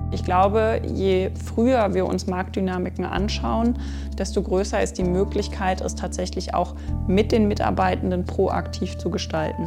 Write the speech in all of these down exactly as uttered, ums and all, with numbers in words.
Ich glaube, je früher wir uns Marktdynamiken anschauen, desto größer ist die Möglichkeit, es tatsächlich auch mit den Mitarbeitenden proaktiv zu gestalten.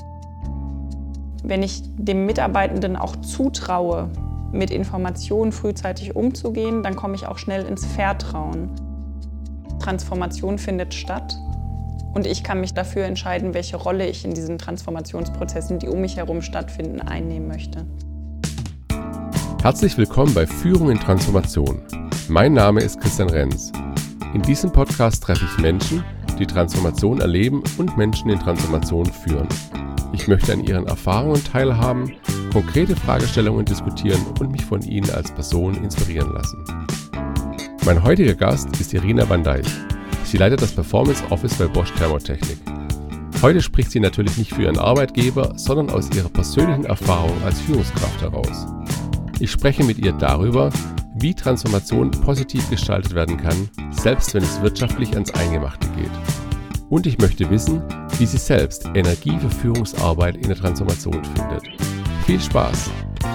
Wenn ich dem Mitarbeitenden auch zutraue, mit Informationen frühzeitig umzugehen, dann komme ich auch schnell ins Vertrauen. Transformation findet statt und ich kann mich dafür entscheiden, welche Rolle ich in diesen Transformationsprozessen, die um mich herum stattfinden, einnehmen möchte. Herzlich willkommen bei Führung in Transformation. Mein Name ist Christian Renz. In diesem Podcast treffe ich Menschen, die Transformation erleben und Menschen in Transformation führen. Ich möchte an ihren Erfahrungen teilhaben, konkrete Fragestellungen diskutieren und mich von ihnen als Person inspirieren lassen. Mein heutiger Gast ist Irina van Dijk. Sie leitet das Performance Office bei Bosch Thermotechnik. Heute spricht sie natürlich nicht für ihren Arbeitgeber, sondern aus ihrer persönlichen Erfahrung als Führungskraft heraus. Ich spreche mit ihr darüber, wie Transformation positiv gestaltet werden kann, selbst wenn es wirtschaftlich ans Eingemachte geht. Und ich möchte wissen, wie sie selbst Energie für Führungsarbeit in der Transformation findet. Viel Spaß!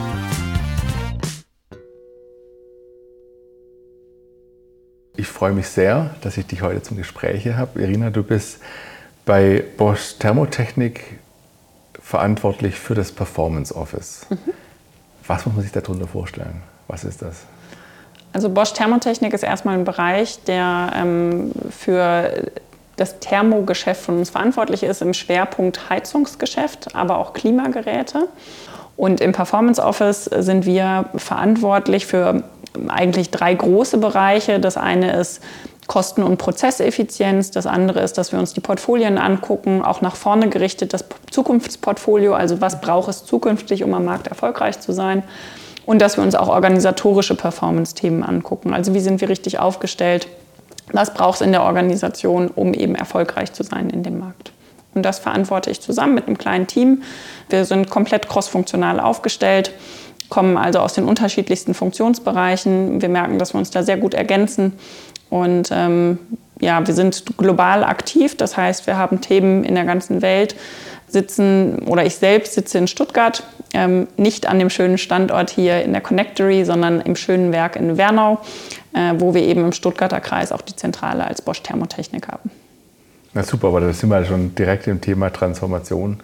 Ich freue mich sehr, dass ich dich heute zum Gespräch habe. Irina, du bist bei Bosch Thermotechnik verantwortlich für das Performance Office. Mhm. Was muss man sich darunter vorstellen? Was ist das? Also Bosch Thermotechnik ist erstmal ein Bereich, der ähm, für das Thermogeschäft von uns verantwortlich ist, im Schwerpunkt Heizungsgeschäft, aber auch Klimageräte. Und im Performance Office sind wir verantwortlich für eigentlich drei große Bereiche. Das eine ist Kosten- und Prozesseffizienz. Das andere ist, dass wir uns die Portfolien angucken, auch nach vorne gerichtet, das Zukunftsportfolio, also was braucht es zukünftig, um am Markt erfolgreich zu sein. Und dass wir uns auch organisatorische Performance-Themen angucken. Also wie sind wir richtig aufgestellt, was braucht es in der Organisation, um eben erfolgreich zu sein in dem Markt. Und das verantworte ich zusammen mit einem kleinen Team. Wir sind komplett crossfunktional aufgestellt, kommen also aus den unterschiedlichsten Funktionsbereichen. Wir merken, dass wir uns da sehr gut ergänzen. Und ähm, ja, wir sind global aktiv, das heißt, wir haben Themen in der ganzen Welt, sitzen, oder ich selbst sitze in Stuttgart, ähm, nicht an dem schönen Standort hier in der Connectory, sondern im schönen Werk in Wernau, äh, wo wir eben im Stuttgarter Kreis auch die Zentrale als Bosch Thermotechnik haben. Na super, aber da sind wir schon direkt im Thema Transformation.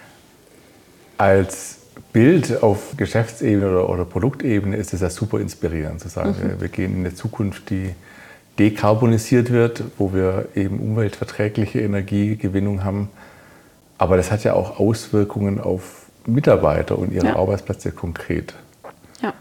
Als Bild auf Geschäftsebene oder, oder Produktebene ist es ja super inspirierend zu sagen, mhm. wir, wir gehen in eine Zukunft, die dekarbonisiert wird, wo wir eben umweltverträgliche Energiegewinnung haben. Aber das hat ja auch Auswirkungen auf Mitarbeiter und ihre ja. Arbeitsplätze konkret. Ja.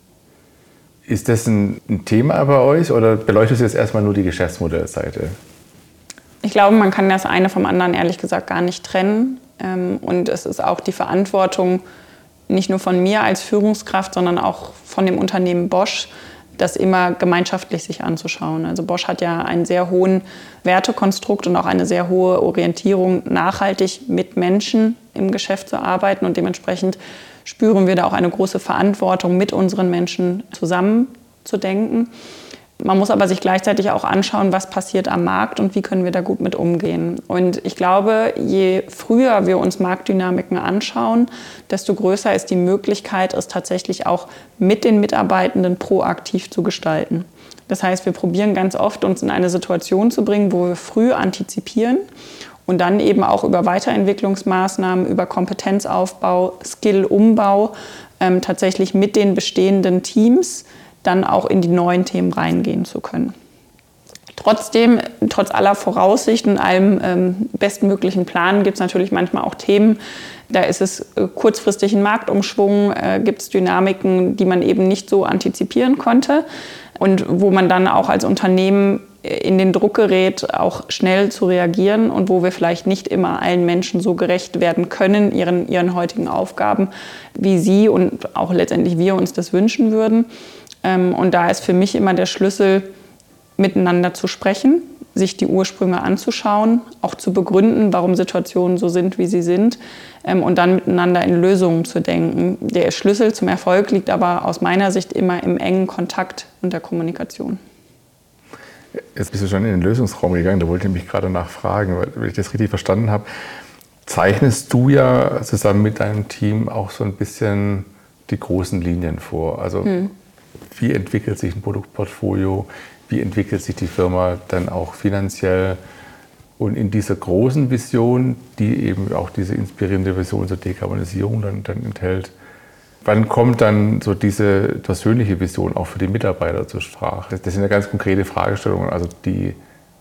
Ist das ein, ein Thema bei euch oder beleuchtet ihr jetzt erstmal nur die Geschäftsmodellseite? Ich glaube, man kann das eine vom anderen ehrlich gesagt gar nicht trennen. Und es ist auch die Verantwortung nicht nur von mir als Führungskraft, sondern auch von dem Unternehmen Bosch, das immer gemeinschaftlich sich anzuschauen. Also Bosch hat ja einen sehr hohen Wertekonstrukt und auch eine sehr hohe Orientierung, nachhaltig mit Menschen im Geschäft zu arbeiten. Und dementsprechend spüren wir da auch eine große Verantwortung, mit unseren Menschen zusammenzudenken. Man muss aber sich gleichzeitig auch anschauen, was passiert am Markt und wie können wir da gut mit umgehen. Und ich glaube, je früher wir uns Marktdynamiken anschauen, desto größer ist die Möglichkeit, es tatsächlich auch mit den Mitarbeitenden proaktiv zu gestalten. Das heißt, wir probieren ganz oft, uns in eine Situation zu bringen, wo wir früh antizipieren und dann eben auch über Weiterentwicklungsmaßnahmen, über Kompetenzaufbau, Skillumbau ähm, tatsächlich mit den bestehenden Teams dann auch in die neuen Themen reingehen zu können. Trotzdem, trotz aller Voraussicht und allem ähm, bestmöglichen Plan gibt es natürlich manchmal auch Themen, da ist es äh, kurzfristig ein Marktumschwung, äh, gibt es Dynamiken, die man eben nicht so antizipieren konnte und wo man dann auch als Unternehmen in den Druck gerät, auch schnell zu reagieren und wo wir vielleicht nicht immer allen Menschen so gerecht werden können, ihren, ihren heutigen Aufgaben, wie sie und auch letztendlich wir uns das wünschen würden. Und da ist für mich immer der Schlüssel, miteinander zu sprechen, sich die Ursprünge anzuschauen, auch zu begründen, warum Situationen so sind, wie sie sind, und dann miteinander in Lösungen zu denken. Der Schlüssel zum Erfolg liegt aber aus meiner Sicht immer im engen Kontakt und der Kommunikation. Jetzt bist du schon in den Lösungsraum gegangen, da wollte ich mich gerade nachfragen, weil, wenn ich das richtig verstanden habe, zeichnest du ja zusammen mit deinem Team auch so ein bisschen die großen Linien vor. Also hm. wie entwickelt sich ein Produktportfolio, wie entwickelt sich die Firma dann auch finanziell? Und in dieser großen Vision, die eben auch diese inspirierende Vision zur Dekarbonisierung dann, dann enthält, wann kommt dann so diese persönliche Vision auch für die Mitarbeiter zur Sprache? Das sind ja ganz konkrete Fragestellungen, also die,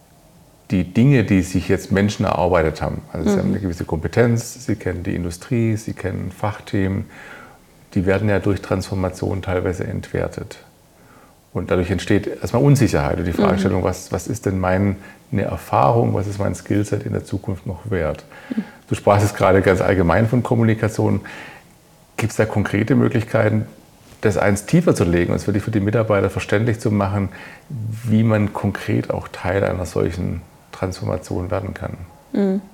die Dinge, die sich jetzt Menschen erarbeitet haben. Also sie mhm. haben eine gewisse Kompetenz, sie kennen die Industrie, sie kennen Fachthemen, die werden ja durch Transformation teilweise entwertet. Und dadurch entsteht erstmal Unsicherheit und die Fragestellung, mhm. was, was ist denn meine Erfahrung, was ist mein Skillset in der Zukunft noch wert? Mhm. Du sprachst jetzt gerade ganz allgemein von Kommunikation. Gibt es da konkrete Möglichkeiten, das eins tiefer zu legen und es wirklich für die Mitarbeiter verständlich zu machen, wie man konkret auch Teil einer solchen Transformation werden kann? Mhm.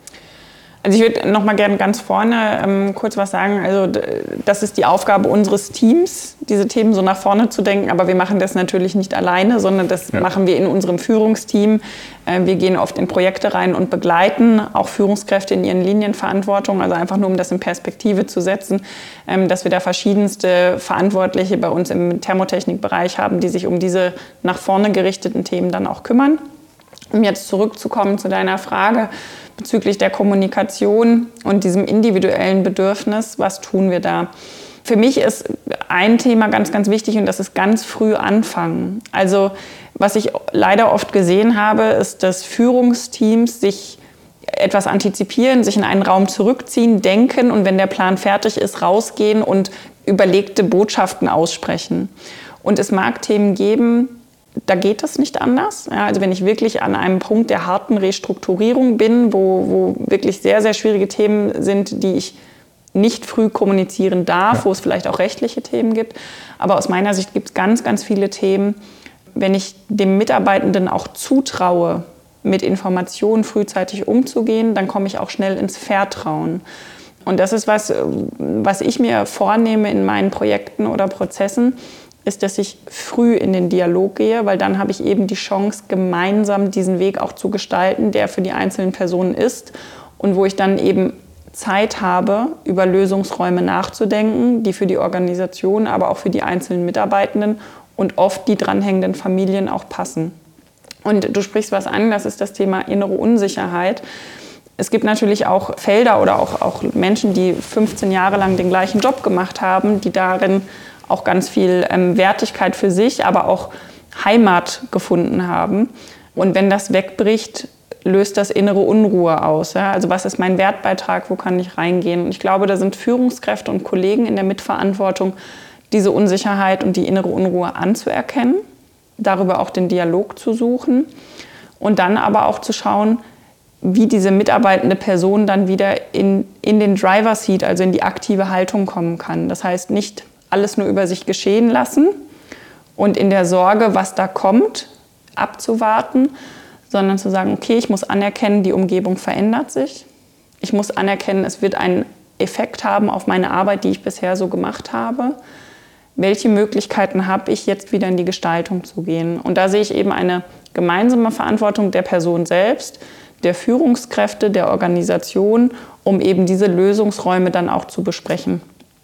Also ich würde noch mal gerne ganz vorne ähm, kurz was sagen. Also das ist die Aufgabe unseres Teams, diese Themen so nach vorne zu denken. Aber wir machen das natürlich nicht alleine, sondern das ja. machen wir in unserem Führungsteam. Äh, wir gehen oft in Projekte rein und begleiten auch Führungskräfte in ihren Linienverantwortung. Also einfach nur, um das in Perspektive zu setzen, ähm, dass wir da verschiedenste Verantwortliche bei uns im Thermotechnikbereich haben, die sich um diese nach vorne gerichteten Themen dann auch kümmern. Um jetzt zurückzukommen zu deiner Frage bezüglich der Kommunikation und diesem individuellen Bedürfnis, was tun wir da? Für mich ist ein Thema ganz, ganz wichtig und das ist ganz früh anfangen. Also was ich leider oft gesehen habe, ist, dass Führungsteams sich etwas antizipieren, sich in einen Raum zurückziehen, denken und wenn der Plan fertig ist, rausgehen und überlegte Botschaften aussprechen. Und es mag Themen geben, da geht das nicht anders. Ja, also wenn ich wirklich an einem Punkt der harten Restrukturierung bin, wo, wo wirklich sehr, sehr schwierige Themen sind, die ich nicht früh kommunizieren darf, ja. wo es vielleicht auch rechtliche Themen gibt. Aber aus meiner Sicht gibt es ganz, ganz viele Themen, wenn ich dem Mitarbeitenden auch zutraue, mit Informationen frühzeitig umzugehen, dann komme ich auch schnell ins Vertrauen. Und das ist was, was ich mir vornehme in meinen Projekten oder Prozessen, ist, dass ich früh in den Dialog gehe, weil dann habe ich eben die Chance, gemeinsam diesen Weg auch zu gestalten, der für die einzelnen Personen ist und wo ich dann eben Zeit habe, über Lösungsräume nachzudenken, die für die Organisation, aber auch für die einzelnen Mitarbeitenden und oft die dranhängenden Familien auch passen. Und du sprichst was an, das ist das Thema innere Unsicherheit. Es gibt natürlich auch Felder oder auch, auch Menschen, die fünfzehn Jahre lang den gleichen Job gemacht haben, die darin auch ganz viel ähm, Wertigkeit für sich, aber auch Heimat gefunden haben. Und wenn das wegbricht, löst das innere Unruhe aus. Ja? Also was ist mein Wertbeitrag, wo kann ich reingehen? Und ich glaube, da sind Führungskräfte und Kollegen in der Mitverantwortung, diese Unsicherheit und die innere Unruhe anzuerkennen, darüber auch den Dialog zu suchen und dann aber auch zu schauen, wie diese mitarbeitende Person dann wieder in, in den Driver-Seat, also in die aktive Haltung kommen kann. Das heißt, nicht alles nur über sich geschehen lassen und in der Sorge, was da kommt, abzuwarten, sondern zu sagen, okay, ich muss anerkennen, die Umgebung verändert sich. Ich muss anerkennen, es wird einen Effekt haben auf meine Arbeit, die ich bisher so gemacht habe. Welche Möglichkeiten habe ich, jetzt wieder in die Gestaltung zu gehen? Und da sehe ich eben eine gemeinsame Verantwortung der Person selbst, der Führungskräfte, der Organisation, um eben diese Lösungsräume dann auch zu besprechen.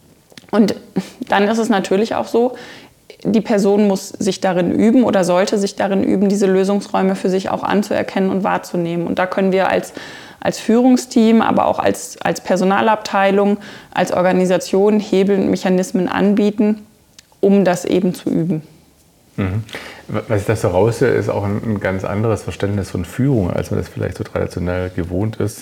Und dann ist es natürlich auch so, die Person muss sich darin üben oder sollte sich darin üben, diese Lösungsräume für sich auch anzuerkennen und wahrzunehmen. Und da können wir als, als Führungsteam, aber auch als, als Personalabteilung, als Organisation Hebel und Mechanismen anbieten, um das eben zu üben. Mhm. Was ich da so raushöre, ist auch ein, ein ganz anderes Verständnis von Führung, als man das vielleicht so traditionell gewohnt ist.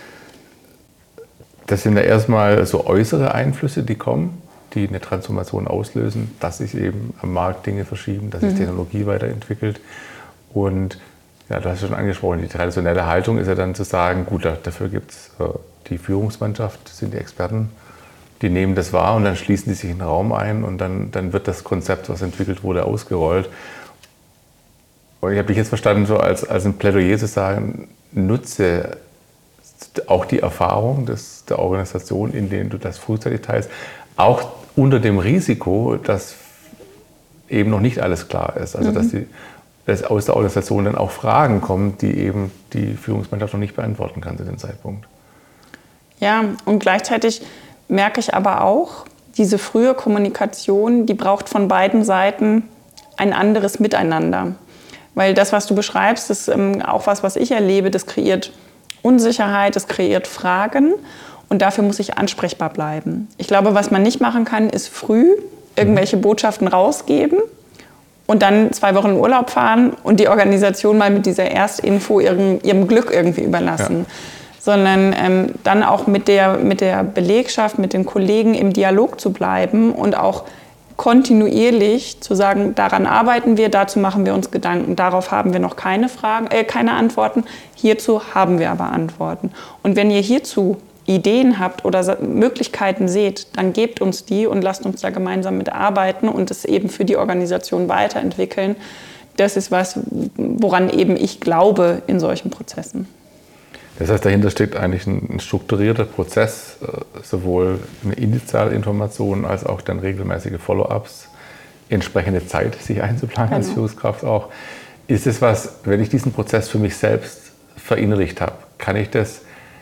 Das sind ja erstmal so äußere Einflüsse, die kommen, die eine Transformation auslösen, dass sich eben am Markt Dinge verschieben, dass sich mhm. Technologie weiterentwickelt. Und ja, du hast schon angesprochen, die traditionelle Haltung ist ja dann zu sagen, gut, dafür gibt es äh, die Führungsmannschaft, das sind die Experten, die nehmen das wahr und dann schließen die sich in den Raum ein und dann, dann wird das Konzept, was entwickelt wurde, ausgerollt. Und ich habe dich jetzt verstanden, so als, als ein Plädoyer zu sagen, nutze auch die Erfahrung des, der Organisation, in denen du das frühzeitig teilst, auch unter dem Risiko, dass eben noch nicht alles klar ist. Also mhm. dass, die, dass aus der Organisation dann auch Fragen kommen, die eben die Führungsmannschaft noch nicht beantworten kann zu dem Zeitpunkt. Ja, und gleichzeitig merke ich aber auch, diese frühe Kommunikation, die braucht von beiden Seiten ein anderes Miteinander. Weil das, was du beschreibst, ist ähm, auch was, was ich erlebe, das kreiert Unsicherheit, das kreiert Fragen und dafür muss ich ansprechbar bleiben. Ich glaube, was man nicht machen kann, ist früh irgendwelche Botschaften rausgeben und dann zwei Wochen in Urlaub fahren und die Organisation mal mit dieser Erstinfo ihrem, ihrem Glück irgendwie überlassen. Ja. Sondern ähm, dann auch mit der, mit der Belegschaft, mit den Kollegen im Dialog zu bleiben und auch kontinuierlich zu sagen, daran arbeiten wir, dazu machen wir uns Gedanken, darauf haben wir noch keine Fragen, äh, keine Antworten, hierzu haben wir aber Antworten. Und wenn ihr hierzu Ideen habt oder Möglichkeiten seht, dann gebt uns die und lasst uns da gemeinsam mitarbeiten und es eben für die Organisation weiterentwickeln. Das ist was, woran eben ich glaube in solchen Prozessen. Das heißt, dahinter steckt eigentlich ein strukturierter Prozess, sowohl eine initiale Information als auch dann regelmäßige Follow-ups, entsprechende Zeit sich einzuplanen genau. als Führungskraft auch. Ist es was, wenn ich diesen Prozess für mich selbst verinnerlicht habe, kann ich das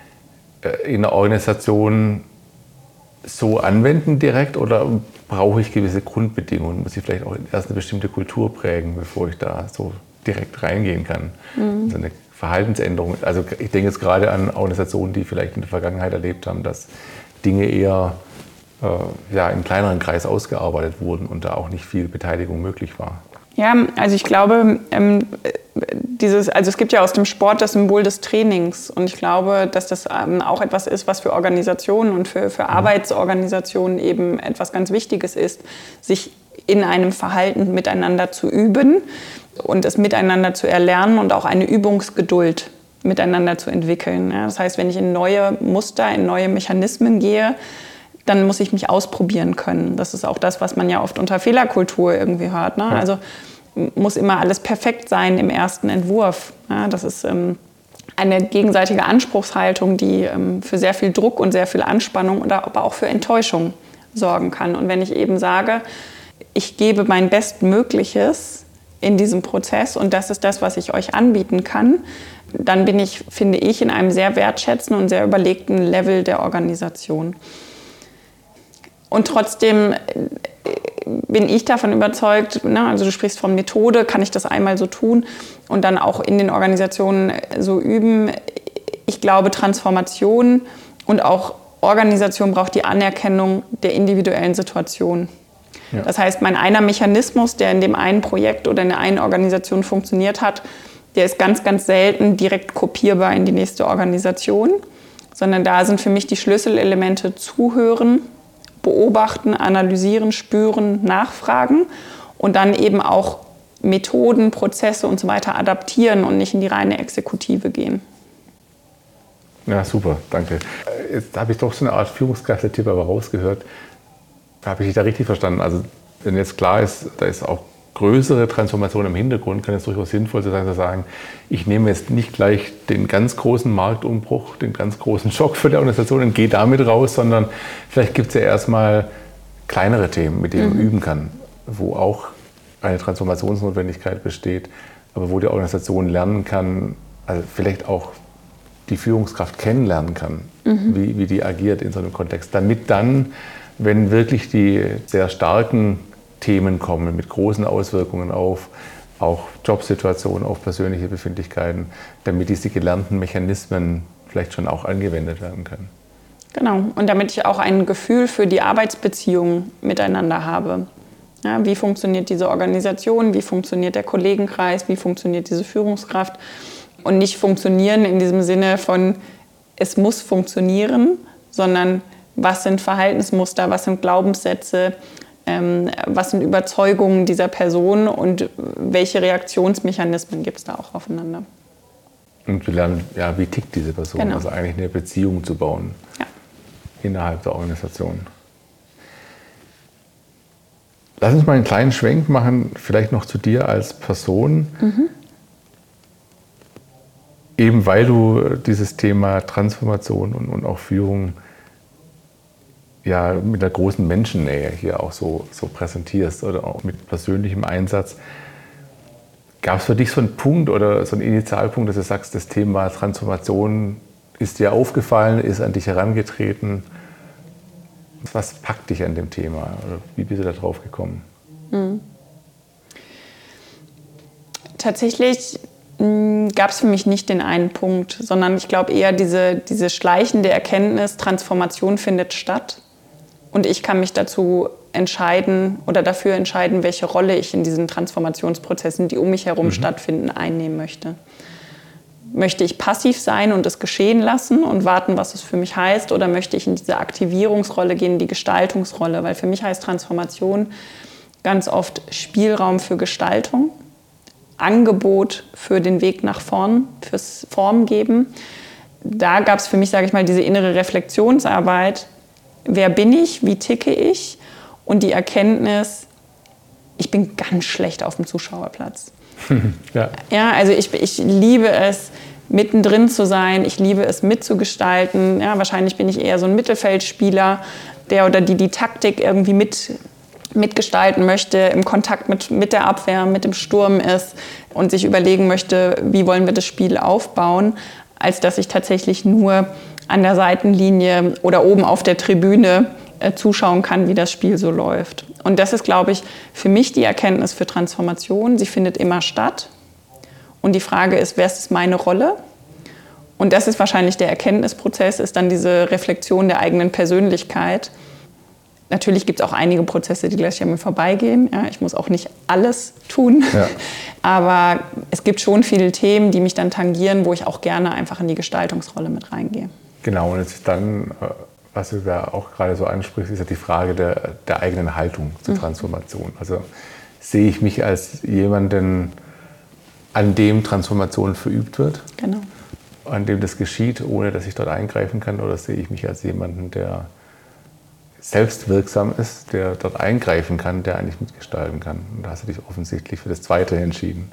in einer Organisation so anwenden direkt oder brauche ich gewisse Grundbedingungen? Muss ich vielleicht auch erst eine bestimmte Kultur prägen, bevor ich da so direkt reingehen kann? Mhm. So eine Verhaltensänderung. Also ich denke jetzt gerade an Organisationen, die vielleicht in der Vergangenheit erlebt haben, dass Dinge eher äh, ja, im kleineren Kreis ausgearbeitet wurden und da auch nicht viel Beteiligung möglich war. Ja, also ich glaube, ähm, dieses, also es gibt ja aus dem Sport das Symbol des Trainings und ich glaube, dass das ähm, auch etwas ist, was für Organisationen und für, für Arbeitsorganisationen eben etwas ganz Wichtiges ist, sich in einem Verhalten miteinander zu üben und es miteinander zu erlernen und auch eine Übungsgeduld miteinander zu entwickeln. Ja, das heißt, wenn ich in neue Muster, in neue Mechanismen gehe, dann muss ich mich ausprobieren können. Das ist auch das, was man ja oft unter Fehlerkultur irgendwie hört. Ne? Ja. Also muss immer alles perfekt sein im ersten Entwurf. Ja, das ist ähm, eine gegenseitige Anspruchshaltung, die ähm, für sehr viel Druck und sehr viel Anspannung oder aber auch für Enttäuschung sorgen kann. Und wenn ich eben sage, ich gebe mein Bestmögliches in diesem Prozess und das ist das, was ich euch anbieten kann, dann bin ich, finde ich, in einem sehr wertschätzenden und sehr überlegten Level der Organisation. Und trotzdem bin ich davon überzeugt, ne, also du sprichst von Methode, kann ich das einmal so tun und dann auch in den Organisationen so üben. Ich glaube, Transformation und auch Organisation braucht die Anerkennung der individuellen Situation. Ja. Das heißt, mein einer Mechanismus, der in dem einen Projekt oder in der einen Organisation funktioniert hat, der ist ganz, ganz selten direkt kopierbar in die nächste Organisation, sondern da sind für mich die Schlüsselelemente Zuhören, beobachten, analysieren, spüren, nachfragen und dann eben auch Methoden, Prozesse und so weiter adaptieren und nicht in die reine Exekutive gehen. Ja, super, danke. Jetzt habe ich doch so eine Art Führungskräfte-Tipp aber rausgehört. Habe ich dich da richtig verstanden? Also wenn jetzt klar ist, da ist auch größere Transformation im Hintergrund, kann es durchaus sinnvoll sein zu sagen, ich nehme jetzt nicht gleich den ganz großen Marktumbruch, den ganz großen Schock für die Organisation und gehe damit raus, sondern vielleicht gibt es ja erstmal kleinere Themen, mit denen man mhm. üben kann, wo auch eine Transformationsnotwendigkeit besteht, aber wo die Organisation lernen kann, also vielleicht auch die Führungskraft kennenlernen kann, mhm. wie, wie die agiert in so einem Kontext, damit dann, wenn wirklich die sehr starken Themen kommen mit großen Auswirkungen auf auch Jobsituationen, auf persönliche Befindlichkeiten, damit diese gelernten Mechanismen vielleicht schon auch angewendet werden können. Genau, und damit ich auch ein Gefühl für die Arbeitsbeziehungen miteinander habe. Ja, wie funktioniert diese Organisation, wie funktioniert der Kollegenkreis, wie funktioniert diese Führungskraft und nicht funktionieren in diesem Sinne von, es muss funktionieren, sondern was sind Verhaltensmuster, was sind Glaubenssätze, ähm, was sind Überzeugungen dieser Person und welche Reaktionsmechanismen gibt es da auch aufeinander. Und wir lernen, ja, wie tickt diese Person, genau. Also eigentlich eine Beziehung zu bauen ja. innerhalb der Organisation. Lass uns mal einen kleinen Schwenk machen, vielleicht noch zu dir als Person. Mhm. Eben weil du dieses Thema Transformation und, und auch Führung ja mit einer großen Menschennähe hier auch so, so präsentierst oder auch mit persönlichem Einsatz. Gab es für dich so einen Punkt oder so einen Initialpunkt, dass du sagst, das Thema Transformation ist dir aufgefallen, ist an dich herangetreten Was packt dich an dem Thema? Oder wie bist du da drauf gekommen? Mhm. Tatsächlich gab es für mich nicht den einen Punkt, sondern ich glaube eher diese, diese schleichende Erkenntnis, Transformation findet statt und ich kann mich dazu entscheiden oder dafür entscheiden, welche Rolle ich in diesen Transformationsprozessen, die um mich herum mhm. stattfinden, einnehmen möchte. Möchte ich passiv sein und es geschehen lassen und warten, was es für mich heißt, oder möchte ich in diese Aktivierungsrolle gehen, die Gestaltungsrolle, weil für mich heißt Transformation ganz oft Spielraum für Gestaltung. Angebot für den Weg nach vorn, fürs Formgeben. Da gab es für mich, sage ich mal, diese innere Reflexionsarbeit. Wer bin ich? Wie ticke ich? Und die Erkenntnis, ich bin ganz schlecht auf dem Zuschauerplatz. ja. ja, also ich, ich liebe es, mittendrin zu sein. Ich liebe es, mitzugestalten. Ja, wahrscheinlich bin ich eher so ein Mittelfeldspieler, der oder die die Taktik irgendwie mit mitgestalten möchte, im Kontakt mit, mit der Abwehr, mit dem Sturm ist und sich überlegen möchte, wie wollen wir das Spiel aufbauen, als dass ich tatsächlich nur an der Seitenlinie oder oben auf der Tribüne äh, zuschauen kann, wie das Spiel so läuft. Und das ist, glaube ich, für mich die Erkenntnis für Transformation. Sie findet immer statt. Und die Frage ist, wer ist meine Rolle? Und das ist wahrscheinlich der Erkenntnisprozess, ist dann diese Reflexion der eigenen Persönlichkeit. Natürlich gibt es auch einige Prozesse, die gleich an mir vorbeigehen. Ja, ich muss auch nicht alles tun. Ja. Aber es gibt schon viele Themen, die mich dann tangieren, wo ich auch gerne einfach in die Gestaltungsrolle mit reingehe. Genau, und jetzt dann, was du da auch gerade so ansprichst, ist ja die Frage der, der eigenen Haltung zur Transformation. Mhm. Also sehe ich mich als jemanden, an dem Transformation verübt wird? Genau. An dem das geschieht, ohne dass ich dort eingreifen kann? Oder sehe ich mich als jemanden, der selbstwirksam ist, der dort eingreifen kann, der eigentlich mitgestalten kann? Und da hast du dich offensichtlich für das Zweite entschieden.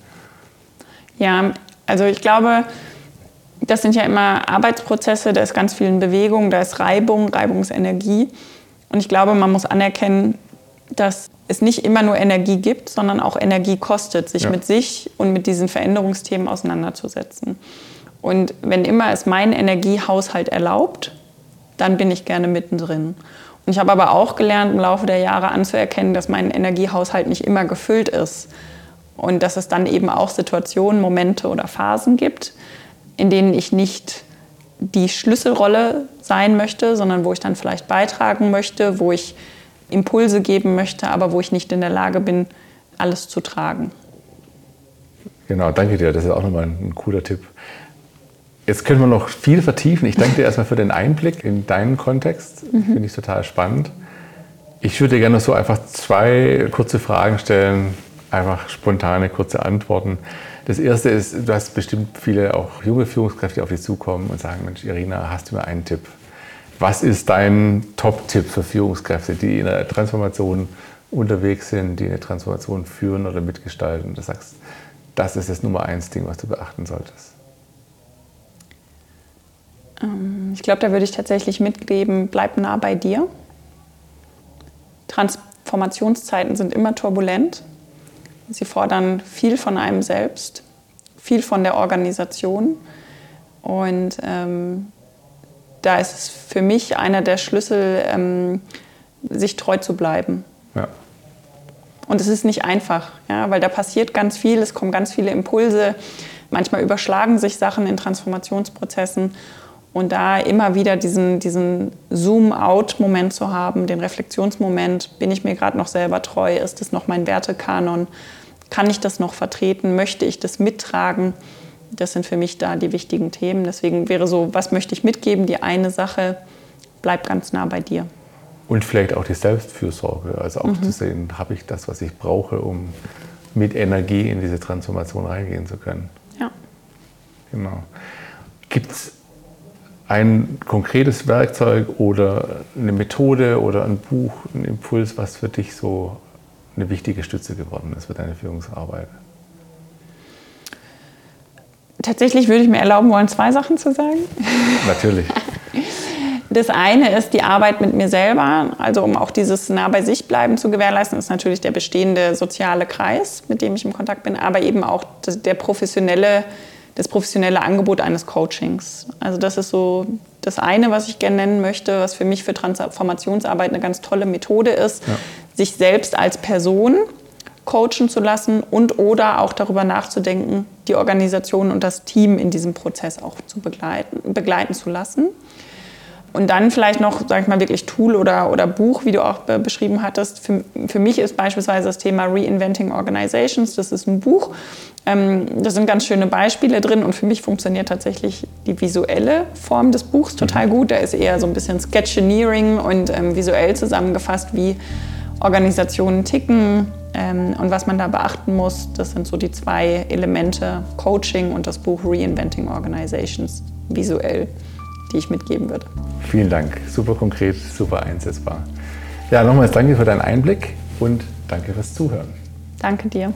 Ja, also ich glaube, das sind ja immer Arbeitsprozesse, da ist ganz viel in Bewegung, da ist Reibung, Reibungsenergie. Und ich glaube, man muss anerkennen, dass es nicht immer nur Energie gibt, sondern auch Energie kostet, sich ja. mit sich und mit diesen Veränderungsthemen auseinanderzusetzen. Und wenn immer es mein Energiehaushalt erlaubt, dann bin ich gerne mittendrin. Und ich habe aber auch gelernt, im Laufe der Jahre anzuerkennen, dass mein Energiehaushalt nicht immer gefüllt ist. Und dass es dann eben auch Situationen, Momente oder Phasen gibt, in denen ich nicht die Schlüsselrolle sein möchte, sondern wo ich dann vielleicht beitragen möchte, wo ich Impulse geben möchte, aber wo ich nicht in der Lage bin, alles zu tragen. Genau, danke dir. Das ist auch nochmal ein cooler Tipp. Jetzt können wir noch viel vertiefen. Ich danke dir erstmal für den Einblick in deinen Kontext. Mhm. Finde ich total spannend. Ich würde dir gerne so einfach zwei kurze Fragen stellen, einfach spontane, kurze Antworten. Das erste ist, du hast bestimmt viele auch junge Führungskräfte, die auf dich zukommen und sagen, Mensch, Irina, hast du mir einen Tipp? Was ist dein Top-Tipp für Führungskräfte, die in der Transformation unterwegs sind, die eine Transformation führen oder mitgestalten? Du sagst, das ist das Nummer eins Ding, was du beachten solltest. Ich glaube, da würde ich tatsächlich mitgeben, bleib nah bei dir. Transformationszeiten sind immer turbulent. Sie fordern viel von einem selbst, viel von der Organisation. Und ähm, da ist es für mich einer der Schlüssel, ähm, sich treu zu bleiben. Ja. Und es ist nicht einfach, ja, weil da passiert ganz viel, es kommen ganz viele Impulse. Manchmal überschlagen sich Sachen in Transformationsprozessen. Und da immer wieder diesen, diesen Zoom-out-Moment zu haben, den Reflexionsmoment, bin ich mir gerade noch selber treu, ist das noch mein Wertekanon, kann ich das noch vertreten, möchte ich das mittragen? Das sind für mich da die wichtigen Themen. Deswegen wäre so, was möchte ich mitgeben? Die eine Sache, bleib ganz nah bei dir. Und vielleicht auch die Selbstfürsorge, also auch mhm. zu sehen, habe ich das, was ich brauche, um mit Energie in diese Transformation reingehen zu können. Ja. Genau. Gibt es ein konkretes Werkzeug oder eine Methode oder ein Buch, ein Impuls, was für dich so eine wichtige Stütze geworden ist für deine Führungsarbeit? Tatsächlich würde ich mir erlauben wollen, zwei Sachen zu sagen. Natürlich. Das eine ist die Arbeit mit mir selber, also um auch dieses nah bei sich bleiben zu gewährleisten, ist natürlich der bestehende soziale Kreis, mit dem ich im Kontakt bin, aber eben auch der professionelle das professionelle Angebot eines Coachings. Also das ist so das eine, was ich gerne nennen möchte, was für mich für Transformationsarbeit eine ganz tolle Methode ist, ja. sich selbst als Person coachen zu lassen und oder auch darüber nachzudenken, die Organisation und das Team in diesem Prozess auch zu begleiten, begleiten zu lassen. Und dann vielleicht noch, sag ich mal, wirklich Tool oder, oder Buch, wie du auch be- beschrieben hattest. Für, für mich ist beispielsweise das Thema Reinventing Organizations. Das ist ein Buch. Ähm, da sind ganz schöne Beispiele drin und für mich funktioniert tatsächlich die visuelle Form des Buchs total gut. Da ist eher so ein bisschen Sketcheneering und ähm, visuell zusammengefasst, wie Organisationen ticken ähm, und was man da beachten muss. Das sind so die zwei Elemente, Coaching und das Buch Reinventing Organizations visuell, die ich mitgeben würde. Vielen Dank, super konkret, super einsetzbar. Ja, nochmals danke für deinen Einblick und danke fürs Zuhören. Danke dir.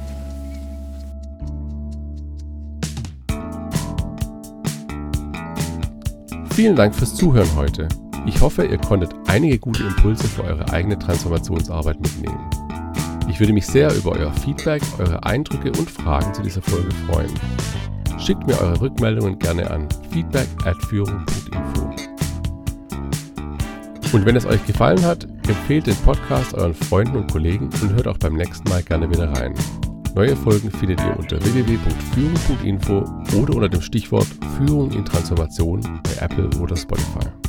Vielen Dank fürs Zuhören heute. Ich hoffe, ihr konntet einige gute Impulse für eure eigene Transformationsarbeit mitnehmen. Ich würde mich sehr über euer Feedback, eure Eindrücke und Fragen zu dieser Folge freuen. Schickt mir eure Rückmeldungen gerne an feedback at führung punkt info. Und wenn es euch gefallen hat, empfehlt den Podcast euren Freunden und Kollegen und hört auch beim nächsten Mal gerne wieder rein. Neue Folgen findet ihr unter w w w punkt führung punkt info oder unter dem Stichwort Führung in Transformation bei Apple oder Spotify.